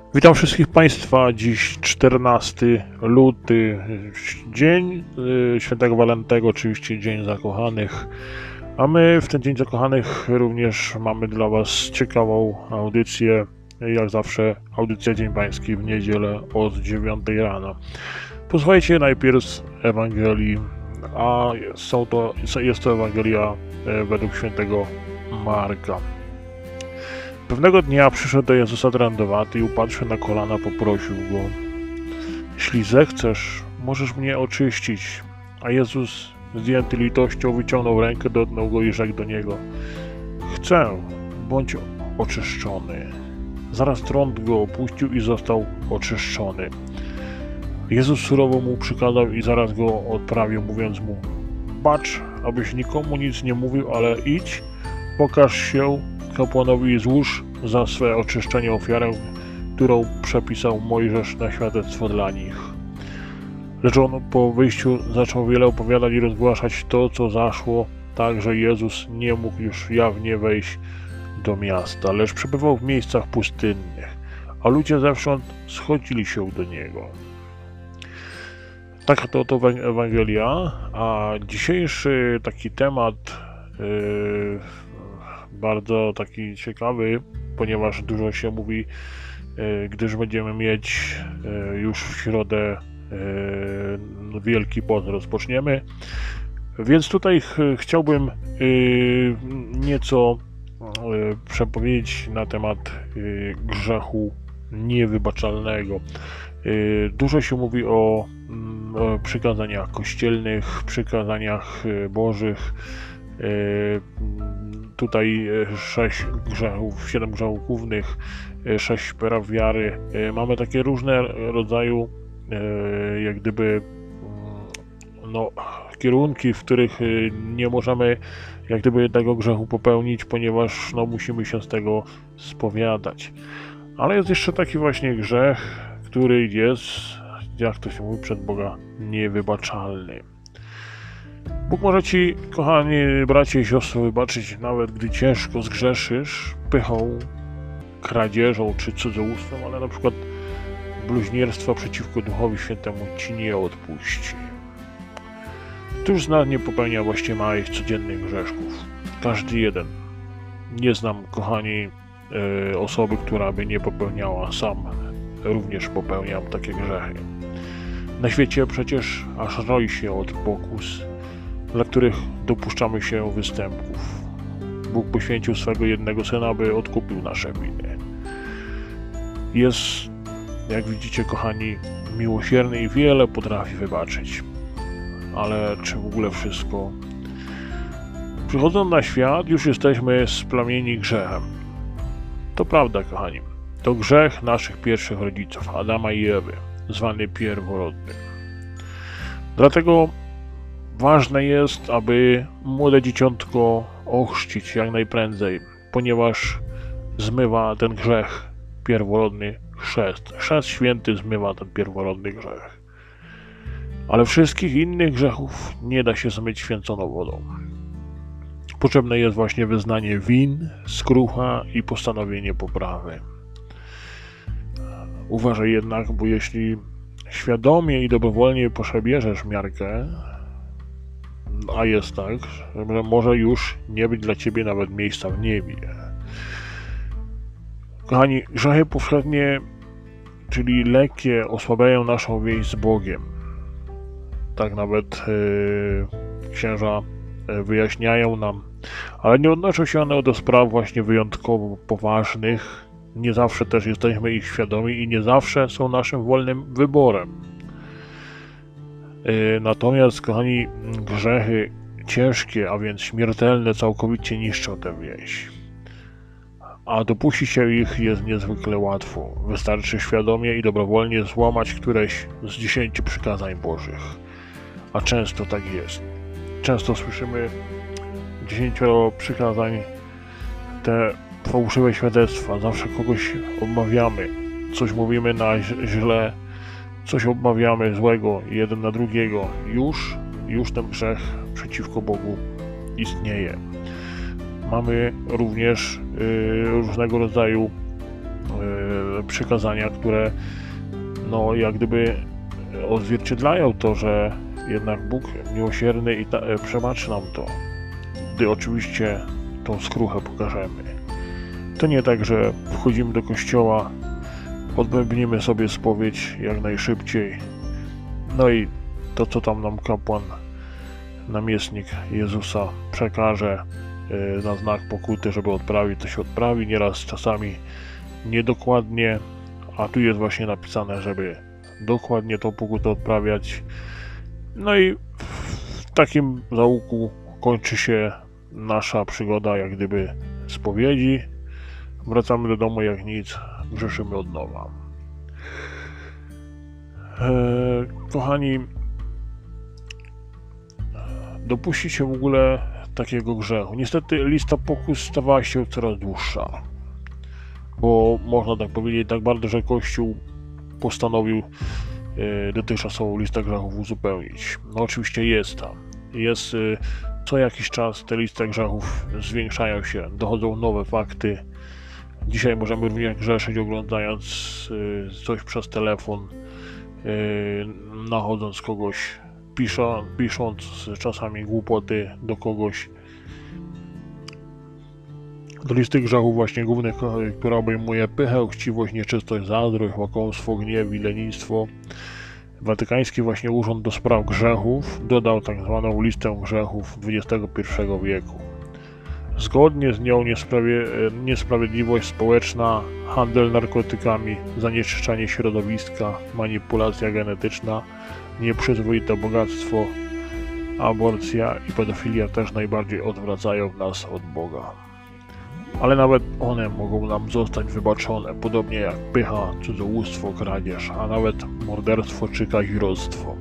Witam wszystkich Państwa. Dziś 14 luty, dzień świętego Walentego, oczywiście dzień zakochanych. A my w ten dzień zakochanych również mamy dla Was ciekawą audycję. Jak zawsze audycja Dzień Pański w niedzielę od 9 rano. Posłuchajcie najpierw Ewangelii, a jest to Ewangelia według świętego Marka. Pewnego dnia przyszedł do Jezusa trędowaty i upadłszy na kolana poprosił Go: jeśli zechcesz, możesz mnie oczyścić. A Jezus, zdjęty litością, wyciągnął rękę, dotknął Go i rzekł do Niego: chcę, bądź oczyszczony. Zaraz trąd Go opuścił i został oczyszczony. Jezus surowo mu przykazał i zaraz Go odprawił, mówiąc mu: bacz, abyś nikomu nic nie mówił, ale idź, pokaż się kapłanowi i złóż za swe oczyszczenie ofiarę, którą przepisał Mojżesz na świadectwo dla nich. Lecz on po wyjściu zaczął wiele opowiadać i rozgłaszać to, co zaszło, tak że Jezus nie mógł już jawnie wejść do miasta, lecz przebywał w miejscach pustynnych, a ludzie zewsząd schodzili się do Niego. Taka to oto Ewangelia, a dzisiejszy taki temat bardzo taki ciekawy, ponieważ dużo się mówi, gdyż będziemy mieć już w środę Wielki Post rozpoczniemy. Więc tutaj chciałbym nieco przepowiedzieć na temat grzechu niewybaczalnego. Dużo się mówi o przykazaniach kościelnych, przykazaniach bożych. Tutaj 6 grzechów, 7 grzechów głównych, 6 praw wiary. Mamy takie różne rodzaju jak gdyby kierunki, w których nie możemy jak gdyby tego grzechu popełnić, ponieważ musimy się z tego spowiadać. Ale jest jeszcze taki właśnie grzech, który jest, jak to się mówi, przed Boga niewybaczalny. Bóg może Ci, kochani bracia i siostry, wybaczyć, nawet gdy ciężko zgrzeszysz pychą, kradzieżą czy cudzołóstwem, ale na przykład bluźnierstwa przeciwko Duchowi Świętemu Ci nie odpuści. Któż z nas nie popełnia właśnie małych, codziennych grzeszków? Każdy jeden. Nie znam, kochani, osoby, która by nie popełniała. Sam również popełniam takie grzechy. Na świecie przecież aż roi się od pokus, dla których dopuszczamy się występków. Bóg poświęcił swego jednego Syna, by odkupił nasze winy. Jest, jak widzicie, kochani, miłosierny i wiele potrafi wybaczyć. Ale czy w ogóle wszystko? Przychodząc na świat, już jesteśmy splamieni grzechem. To prawda, kochani. To grzech naszych pierwszych rodziców, Adama i Ewy, zwany pierworodnym. Dlatego ważne jest, aby młode dzieciątko ochrzcić jak najprędzej, ponieważ zmywa ten grzech pierworodny chrzest. Chrzest święty zmywa ten pierworodny grzech. Ale wszystkich innych grzechów nie da się zmyć święconą wodą. Potrzebne jest właśnie wyznanie win, skrucha i postanowienie poprawy. Uważaj jednak, bo jeśli świadomie i dobrowolnie przebierzesz miarkę, a jest tak, że może już nie być dla Ciebie nawet miejsca w niebie. Kochani, grzechy powszechnie, czyli lekkie, osłabiają naszą więź z Bogiem. Tak nawet księża wyjaśniają nam, ale nie odnoszą się one do spraw właśnie wyjątkowo poważnych. Nie zawsze też jesteśmy ich świadomi i nie zawsze są naszym wolnym wyborem. Natomiast, kochani, grzechy ciężkie, a więc śmiertelne, całkowicie niszczą tę więź. A dopuścić się ich jest niezwykle łatwo. Wystarczy świadomie i dobrowolnie złamać któreś z 10 przykazań Bożych. A często tak jest. Często słyszymy 10 przykazań, te fałszywe świadectwa. Zawsze kogoś obmawiamy, coś mówimy na źle, coś obmawiamy złego jeden na drugiego. Już ten grzech przeciwko Bogu istnieje. Mamy również różnego rodzaju przykazania, które no jak gdyby odzwierciedlają to, że jednak Bóg miłosierny i przebaczy nam to, gdy oczywiście tą skruchę pokażemy. To nie tak, że wchodzimy do kościoła, odbębnimy sobie spowiedź jak najszybciej, no i to, co tam nam kapłan, namiestnik Jezusa przekaże na znak pokuty, żeby odprawić, to się odprawi, nieraz czasami niedokładnie, a tu jest właśnie napisane, żeby dokładnie tą pokutę odprawiać. No i w takim zaułku kończy się nasza przygoda jak gdyby spowiedzi. Wracamy do domu jak nic, grzeszymy od nowa. Kochani, dopuścić się w ogóle takiego grzechu. Niestety lista pokus stawała się coraz dłuższa, bo można tak powiedzieć tak bardzo, że Kościół postanowił dotychczasową listę grzechów uzupełnić. No oczywiście jest tam. Jest co jakiś czas te listy grzechów zwiększają się, dochodzą nowe fakty. Dzisiaj możemy również grzeszyć oglądając coś przez telefon, nachodząc kogoś, pisząc czasami głupoty do kogoś. Do listy grzechów właśnie głównych, która obejmuje pychę, chciwość, nieczystość, zazdrość, łakomstwo, gniew i lenistwo. Watykański właśnie Urząd do Spraw Grzechów dodał tak zwaną listę grzechów XXI wieku. Zgodnie z nią niesprawiedliwość społeczna, handel narkotykami, zanieczyszczanie środowiska, manipulacja genetyczna, nieprzyzwoite bogactwo, aborcja i pedofilia też najbardziej odwracają nas od Boga. Ale nawet one mogą nam zostać wybaczone, podobnie jak pycha, cudzołóstwo, kradzież, a nawet morderstwo czy kazirodztwo.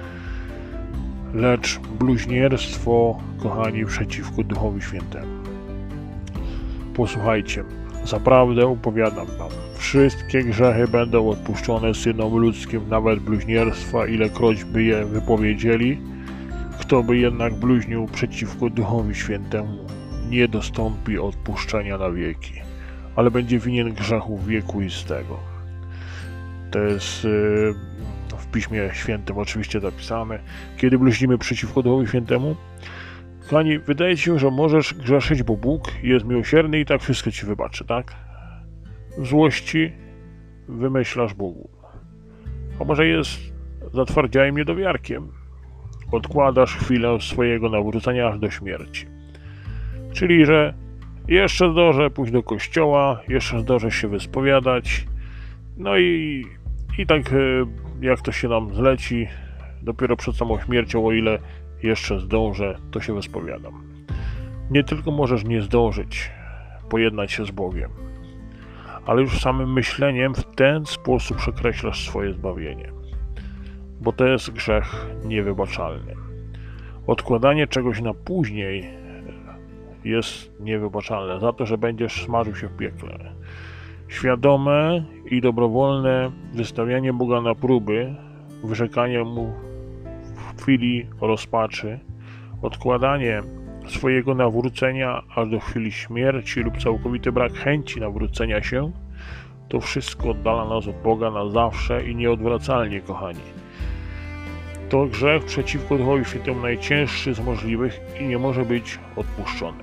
Lecz bluźnierstwo, kochani, przeciwko Duchowi Świętemu. Posłuchajcie, zaprawdę opowiadam wam, wszystkie grzechy będą odpuszczone synom ludzkim, nawet bluźnierstwa, ilekroć by je wypowiedzieli. Kto by jednak bluźnił przeciwko Duchowi Świętemu, nie dostąpi odpuszczenia na wieki, ale będzie winien grzechu wiekuistego. To jest w Piśmie Świętym oczywiście zapisane. Kiedy bluźnimy przeciwko Duchowi Świętemu, kochani, wydaje ci się, że możesz grzeszyć, bo Bóg jest miłosierny i tak wszystko ci wybaczy, tak? W złości wymyślasz Bogu. A może jest zatwardziałym niedowiarkiem. Odkładasz chwilę swojego nawrócenia aż do śmierci. Czyli, że jeszcze zdążę pójść do kościoła, jeszcze zdążę się wyspowiadać, no i tak jak to się nam zleci, dopiero przed samą śmiercią, o ile jeszcze zdążę, to się wyspowiadam. Nie tylko możesz nie zdążyć pojednać się z Bogiem, ale już samym myśleniem w ten sposób przekreślasz swoje zbawienie, bo to jest grzech niewybaczalny. Odkładanie czegoś na później jest niewybaczalne za to, że będziesz smażył się w piekle. Świadome i dobrowolne wystawianie Boga na próby, wyrzekanie Mu w chwili rozpaczy, odkładanie swojego nawrócenia aż do chwili śmierci lub całkowity brak chęci nawrócenia się, to wszystko oddala nas od Boga na zawsze i nieodwracalnie, kochani. To grzech przeciwko Duchowi Świętemu najcięższy z możliwych i nie może być odpuszczony.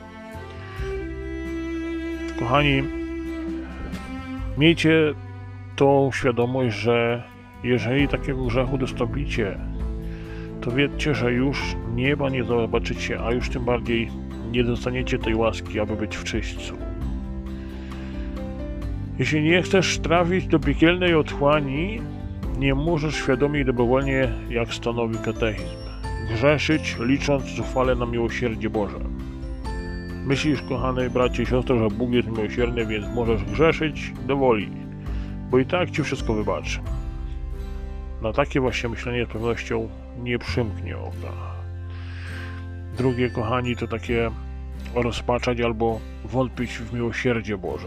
Kochani, miejcie tą świadomość, że jeżeli takiego grzechu dostąpicie, to wiedzcie, że już nieba nie zobaczycie, a już tym bardziej nie dostaniecie tej łaski, aby być w czyśćcu. Jeśli nie chcesz trafić do piekielnej otchłani, nie możesz świadomie i dobrowolnie, jak stanowi katechizm, grzeszyć, licząc zuchwale na miłosierdzie Boże. Myślisz, kochany bracie i siostro, że Bóg jest miłosierny, więc możesz grzeszyć do woli, bo i tak ci wszystko wybaczy. Na takie właśnie myślenie z pewnością nie przymknie oka. Drugie, kochani, to takie rozpaczać albo wątpić w miłosierdzie Boże.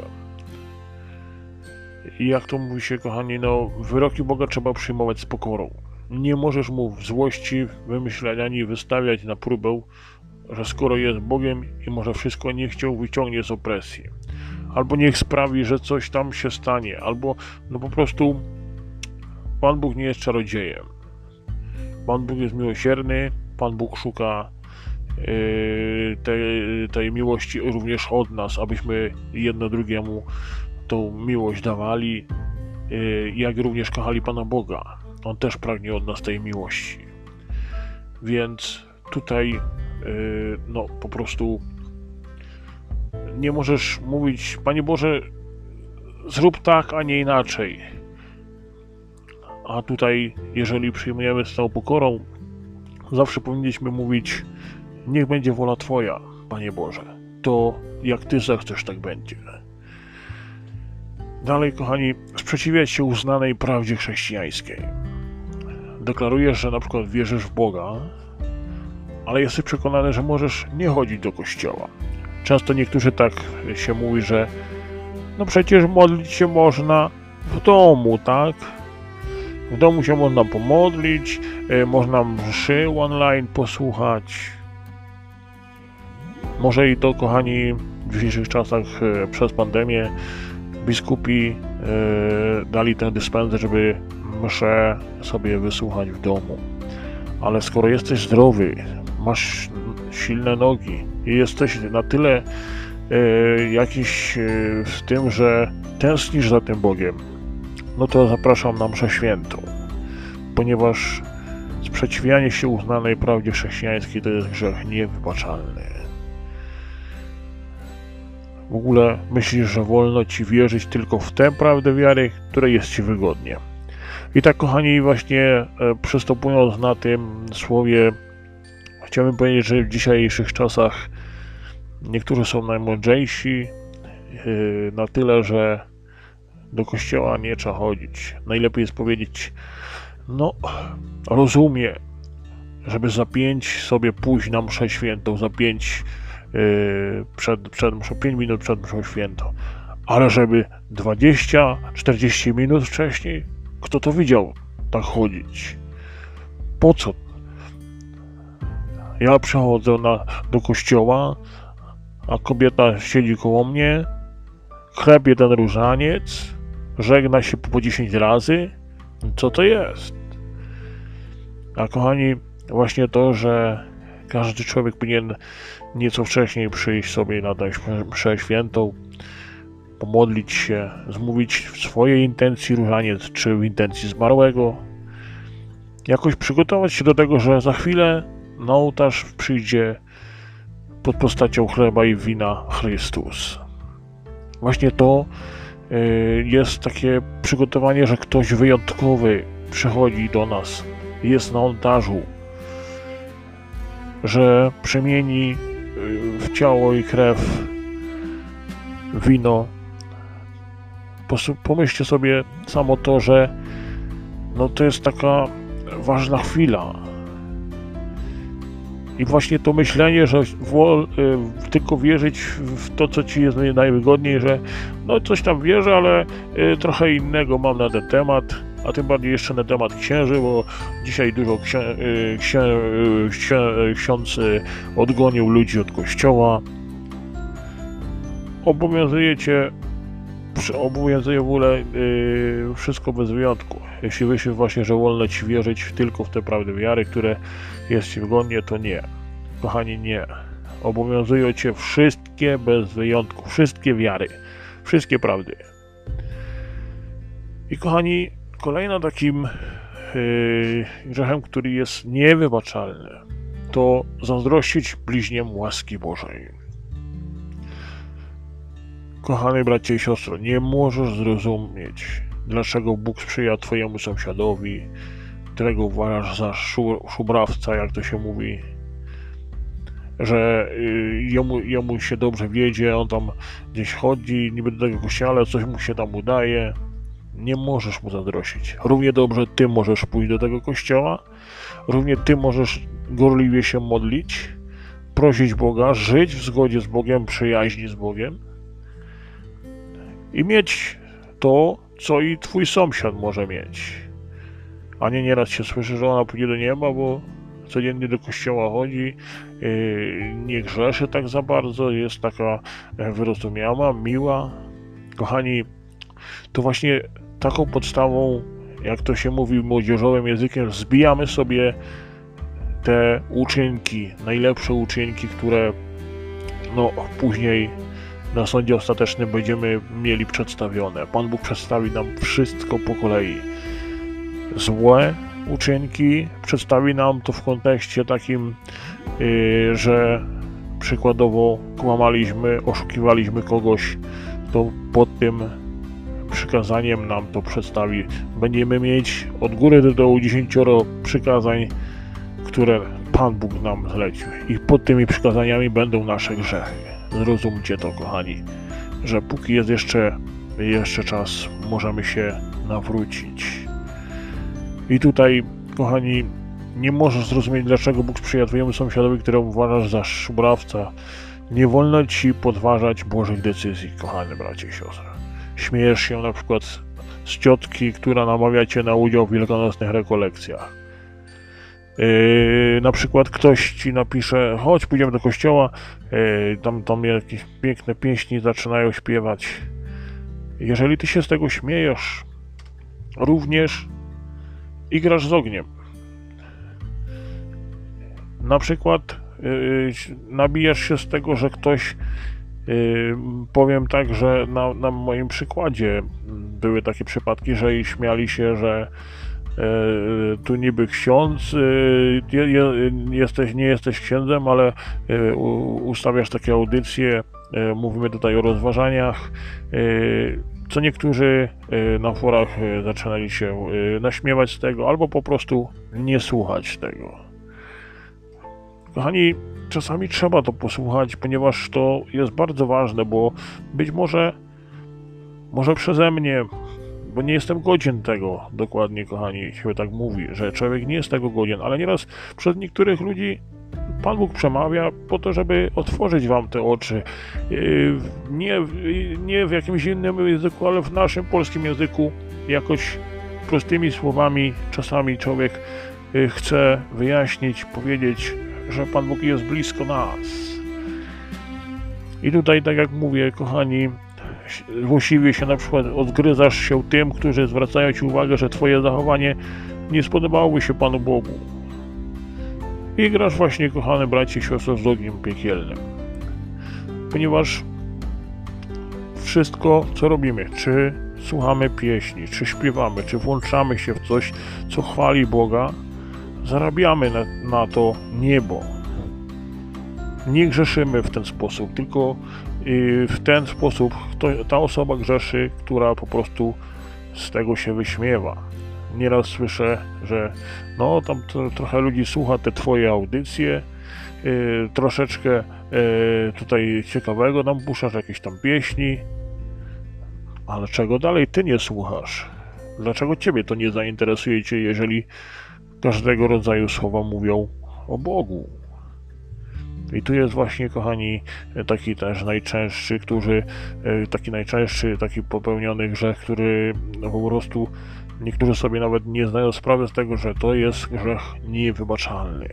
I jak to mówi się, kochani, no wyroki Boga trzeba przyjmować z pokorą. Nie możesz Mu w złości wymyślać ani wystawiać na próbę, że skoro jest Bogiem i może wszystko nie chciał, wyciągnie z opresji. albo niech sprawi, że coś tam się stanie, albo no po prostu Pan Bóg nie jest czarodziejem. Pan Bóg jest miłosierny, Pan Bóg szuka tej miłości również od nas, abyśmy jedno drugiemu tą miłość dawali, jak również kochali Pana Boga. On też pragnie od nas tej miłości. Więc tutaj no po prostu nie możesz mówić: Panie Boże, zrób tak, a nie inaczej. A tutaj, jeżeli przyjmujemy z całą pokorą, zawsze powinniśmy mówić: niech będzie wola Twoja, Panie Boże. To jak Ty zechcesz, tak będzie. Dalej, kochani, sprzeciwiać się uznanej prawdzie chrześcijańskiej. Deklarujesz, że na przykład wierzysz w Boga, ale jesteś przekonany, że możesz nie chodzić do kościoła. Często niektórzy tak się mówi, że no przecież modlić się można w domu, tak? W domu się można pomodlić, można mszy online posłuchać. Może i to, kochani, w dzisiejszych czasach przez pandemię biskupi dali tę dyspensę, żeby mszę sobie wysłuchać w domu. Ale skoro jesteś zdrowy, masz silne nogi i jesteś na tyle jakiś w tym, że tęsknisz za tym Bogiem, no to zapraszam na mszę świętą, ponieważ sprzeciwianie się uznanej prawdzie chrześcijańskiej to jest grzech niewybaczalny. W ogóle myślisz, że wolno ci wierzyć tylko w tę prawdę wiary, której jest ci wygodnie. I tak, kochani, właśnie przystępując na tym słowie, chciałbym powiedzieć, że w dzisiejszych czasach niektórzy są najmądrzejsi na tyle, że do kościoła nie trzeba chodzić. Najlepiej jest powiedzieć: no, rozumiem, żeby za 5 sobie pójść na mszę świętą, za 5 minut przed mszą świętą, ale żeby 20-40 minut wcześniej, kto to widział tak chodzić? Po co? Ja przychodzę do kościoła, a kobieta siedzi koło mnie, chrepie ten różaniec, żegna się po 10 razy. Co to jest? A kochani, właśnie to, że każdy człowiek powinien nieco wcześniej przyjść sobie na tę mszę świętą, pomodlić się, zmówić w swojej intencji różaniec, czy w intencji zmarłego, jakoś przygotować się do tego, że za chwilę na ołtarz przyjdzie pod postacią chleba i wina Chrystus. Właśnie to jest takie przygotowanie, że ktoś wyjątkowy przychodzi do nas, jest na ołtarzu, że przemieni w ciało i krew wino. Pomyślcie sobie samo to, że no to jest taka ważna chwila. I właśnie to myślenie, że tylko wierzyć w to, co ci jest najwygodniej, że no coś tam wierzę, ale trochę innego mam na ten temat, a tym bardziej jeszcze na temat księży, bo dzisiaj dużo ksiądz odgonił ludzi od kościoła. Obowiązuje w ogóle wszystko bez wyjątku. Jeśli myślisz właśnie, że wolno ci wierzyć tylko w te prawdy wiary, które jest ci wygodnie, to nie. Kochani, nie. Obowiązują cię wszystkie bez wyjątku, wszystkie wiary, wszystkie prawdy. I kochani, kolejnym takim grzechem, który jest niewybaczalny, to zazdrościć bliźniemu łaski Bożej. Kochany bracie i siostro, nie możesz zrozumieć, dlaczego Bóg sprzyja twojemu sąsiadowi, którego uważasz za szubrawca, jak to się mówi, że jemu się dobrze wiedzie, on tam gdzieś chodzi, niby do tego kościoła, ale coś mu się tam udaje. Nie możesz mu zazdrościć. Równie dobrze ty możesz pójść do tego kościoła, równie ty możesz gorliwie się modlić, prosić Boga, żyć w zgodzie z Bogiem, przyjaźni z Bogiem i mieć to, co i twój sąsiad może mieć. A nie nieraz się słyszy, że ona pójdzie do nieba, bo codziennie do kościoła chodzi, nie grzeszy tak za bardzo, jest taka wyrozumiała, miła. kochani, to właśnie taką podstawą, jak to się mówi młodzieżowym językiem, zbijamy sobie te uczynki, najlepsze uczynki, które no później na sądzie ostatecznym będziemy mieli przedstawione. Pan Bóg przedstawi nam wszystko po kolei. Złe uczynki przedstawi nam to w kontekście takim, że przykładowo kłamaliśmy, oszukiwaliśmy kogoś, to pod tym przykazaniem nam to przedstawi. Będziemy mieć od góry do dołu 10 przykazań, które Pan Bóg nam zlecił. I pod tymi przykazaniami będą nasze grzechy. Zrozumcie to, kochani, że póki jest jeszcze czas, możemy się nawrócić. I tutaj, kochani, nie możesz zrozumieć, dlaczego Bóg sprzyja twojemu sąsiadowi, którego uważasz za szubrawca. Nie wolno ci podważać Bożych decyzji, kochane bracie i siostry. Śmiejesz się na przykład z ciotki, która namawia cię na udział w wielkanocnych rekolekcjach. Na przykład ktoś ci napisze, chodź, pójdziemy do kościoła, tam jakieś piękne pieśni zaczynają śpiewać. Jeżeli ty się z tego śmiejesz, również igrasz z ogniem. Na przykład nabijasz się z tego, że ktoś, powiem tak, że na moim przykładzie były takie przypadki, że śmiali się, że tu niby ksiądz, nie jesteś księdzem, ale ustawiasz takie audycje, mówimy tutaj o rozważaniach, co niektórzy na forach zaczynali się naśmiewać z tego, albo po prostu nie słuchać tego. Kochani, czasami trzeba to posłuchać, ponieważ to jest bardzo ważne, bo być może przeze mnie, bo nie jestem godzien tego, dokładnie, kochani, się tak mówi, że człowiek nie jest tego godzien, ale nieraz przez niektórych ludzi Pan Bóg przemawia po to, żeby otworzyć wam te oczy. Nie w jakimś innym języku, ale w naszym polskim języku jakoś prostymi słowami czasami człowiek chce wyjaśnić, powiedzieć, że Pan Bóg jest blisko nas. I tutaj, tak jak mówię, kochani, złośliwie się na przykład odgryzasz się tym, którzy zwracają ci uwagę, że twoje zachowanie nie spodobałoby się Panu Bogu. I grasz właśnie, kochane bracie i siostry, z ogniem piekielnym. Ponieważ wszystko, co robimy, czy słuchamy pieśni, czy śpiewamy, czy włączamy się w coś, co chwali Boga, zarabiamy na to niebo. Nie grzeszymy w ten sposób, tylko w ten sposób ta osoba grzeszy, która po prostu z tego się wyśmiewa. Nieraz słyszę, że no tam trochę ludzi słucha te twoje audycje, troszeczkę tutaj ciekawego nam puszczasz, jakieś tam pieśni, ale czego dalej ty nie słuchasz? Dlaczego ciebie to nie zainteresuje cię, jeżeli każdego rodzaju słowa mówią o Bogu? I tu jest właśnie, kochani, taki też najczęstszy, taki popełniony grzech, który no, po prostu niektórzy sobie nawet nie zdają sprawy z tego, że to jest grzech niewybaczalny.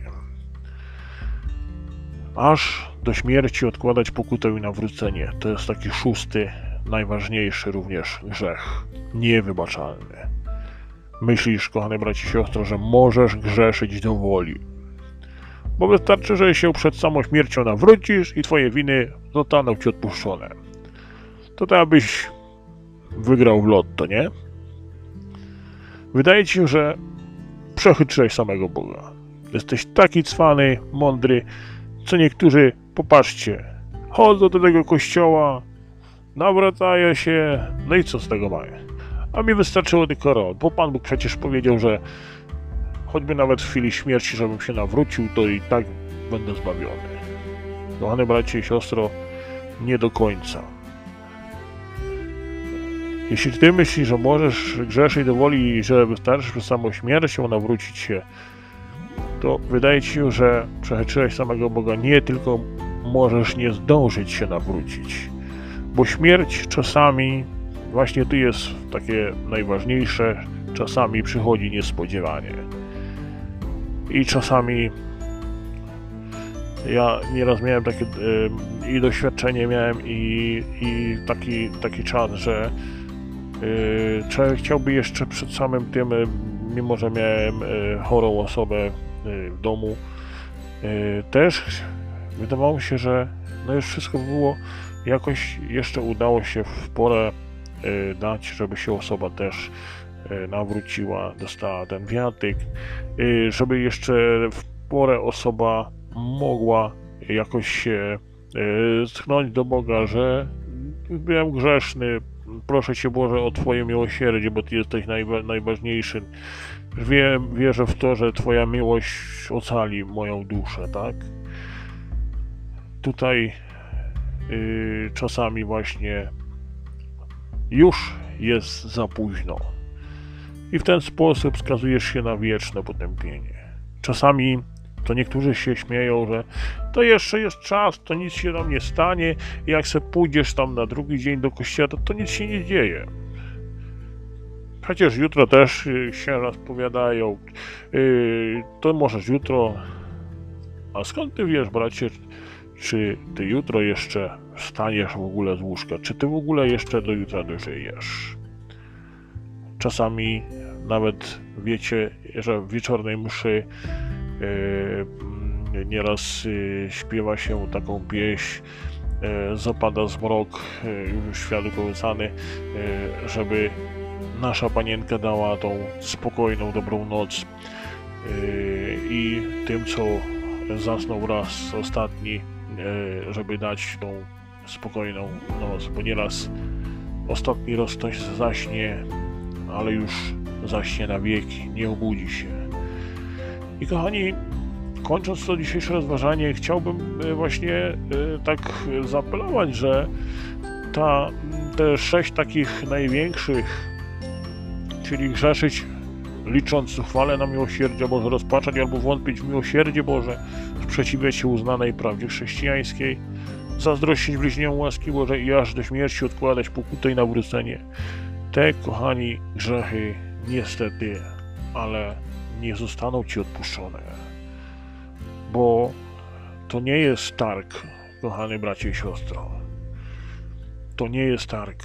Aż do śmierci odkładać pokutę i nawrócenie. To jest taki 6., najważniejszy również grzech niewybaczalny. Myślisz, kochany bracie i siostro, że możesz grzeszyć do woli. Bo wystarczy, że się przed samą śmiercią nawrócisz i twoje winy zostaną ci odpuszczone. To tak byś wygrał w lotto, nie? Wydaje ci się, że przechytrzyłeś samego Boga. Jesteś taki cwany, mądry, co niektórzy, popatrzcie, chodzą do tego kościoła, nawracają się, no i co z tego mają? A mi wystarczyło tylko rok, bo Pan Bóg przecież powiedział, że choćby nawet w chwili śmierci, żebym się nawrócił, to i tak będę zbawiony. Kochane bracie i siostro, nie do końca. Jeśli ty myślisz, że możesz grzeszyć do woli i że wystarczy przed samą śmiercią nawrócić się, to wydaje ci się, że przechytrzyłeś samego Boga. Nie, tylko możesz nie zdążyć się nawrócić. Bo śmierć czasami, właśnie tu jest takie najważniejsze, czasami przychodzi niespodziewanie. I czasami Ja nieraz miałem takie i doświadczenie miałem i taki czas, że człowiek chciałby jeszcze przed samym tym, mimo że miałem chorą osobę w domu, też wydawało się, że no już wszystko było, jakoś jeszcze udało się w porę dać, żeby się osoba też nawróciła, dostała ten wiatyk, żeby jeszcze w porę osoba mogła jakoś się schnąć do Boga, że byłem grzeszny, proszę Cię Boże o Twoje miłosierdzie, bo Ty jesteś najważniejszy. Wierzę w to, że Twoja miłość ocali moją duszę, tak? Tutaj czasami właśnie już jest za późno i w ten sposób skazujesz się na wieczne potępienie. Czasami to niektórzy się śmieją, że to jeszcze jest czas, to nic się tam nie stanie i jak se pójdziesz tam na drugi dzień do kościoła, to nic się nie dzieje. Przecież jutro też się rozpowiadają, to możesz jutro, a skąd ty wiesz, bracie, czy ty jutro jeszcze wstaniesz w ogóle z łóżka, czy ty w ogóle jeszcze do jutra dożyjesz? Czasami nawet wiecie, że w wieczornej mszy nieraz śpiewa się taką pieśń, zapada zmrok, już świat kołysany, żeby nasza Panienka dała tą spokojną, dobrą noc i tym, co zasnął raz ostatni, żeby dać tą spokojną noc, bo nieraz ostatni raz ktoś zaśnie, ale już zaśnie na wieki, nie obudzi się. I kochani, kończąc to dzisiejsze rozważanie, chciałbym właśnie tak zaapelować, że te 6 takich największych, czyli grzeszyć, licząc zuchwale na miłosierdzie Boże, rozpaczać albo wątpić w miłosierdzie Boże, sprzeciwiać się uznanej prawdzie chrześcijańskiej, zazdrościć bliźniemu łaski Bożej i aż do śmierci odkładać pokutę i nawrócenie. Te, kochani, grzechy niestety, ale nie zostaną Ci odpuszczone, bo to nie jest targ, kochany bracie i siostro. To nie jest targ.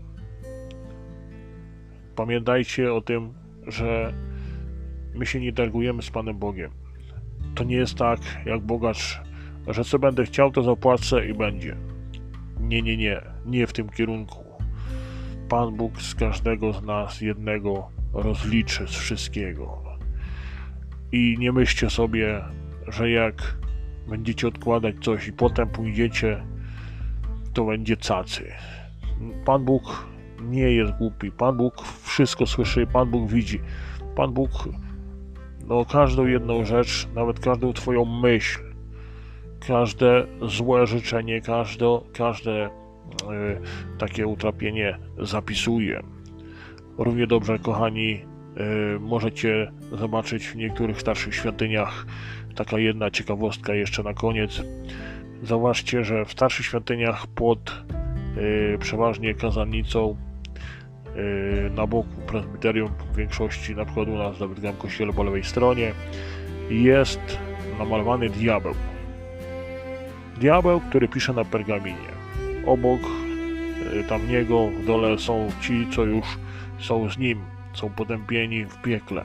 Pamiętajcie o tym, że my się nie targujemy z Panem Bogiem. To nie jest tak, jak bogacz, że co będę chciał, to zapłacę i będzie. Nie. Nie w tym kierunku. Pan Bóg z każdego z nas jednego rozliczy z wszystkiego. I nie myślcie sobie, że jak będziecie odkładać coś i potem pójdziecie, to będzie cacy. Pan Bóg nie jest głupi. Pan Bóg wszystko słyszy, Pan Bóg widzi. Pan Bóg, każdą jedną rzecz, nawet każdą Twoją myśl, każde złe życzenie, każde takie utrapienie zapisuje. Równie dobrze, kochani, możecie zobaczyć w niektórych starszych świątyniach, taka jedna ciekawostka jeszcze na koniec. Zauważcie, że w starszych świątyniach pod przeważnie kazalnicą na boku prezbiterium w większości, na przykład u nas w Dawidskim kościele po lewej stronie, jest namalowany diabeł. Diabeł, który pisze na pergaminie. Obok tam niego w dole są ci, co już są z nim, są potępieni w piekle.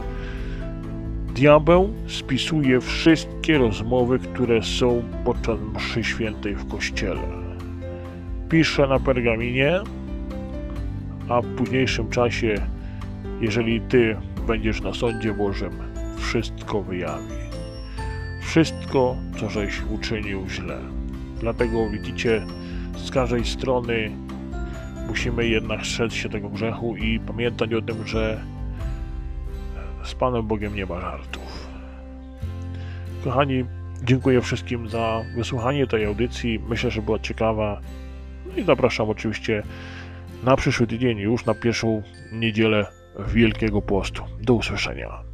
Diabeł spisuje wszystkie rozmowy, które są podczas mszy świętej w kościele. Pisze na pergaminie, a w późniejszym czasie, jeżeli ty będziesz na sądzie Bożym, wszystko wyjawi. Wszystko, co żeś uczynił źle. Dlatego widzicie, z każdej strony musimy jednak strzec się tego grzechu i pamiętać o tym, że z Panem Bogiem nie ma żartów. Kochani, dziękuję wszystkim za wysłuchanie tej audycji. Myślę, że była ciekawa. No i zapraszam oczywiście na przyszły tydzień, już na pierwszą niedzielę Wielkiego Postu. Do usłyszenia.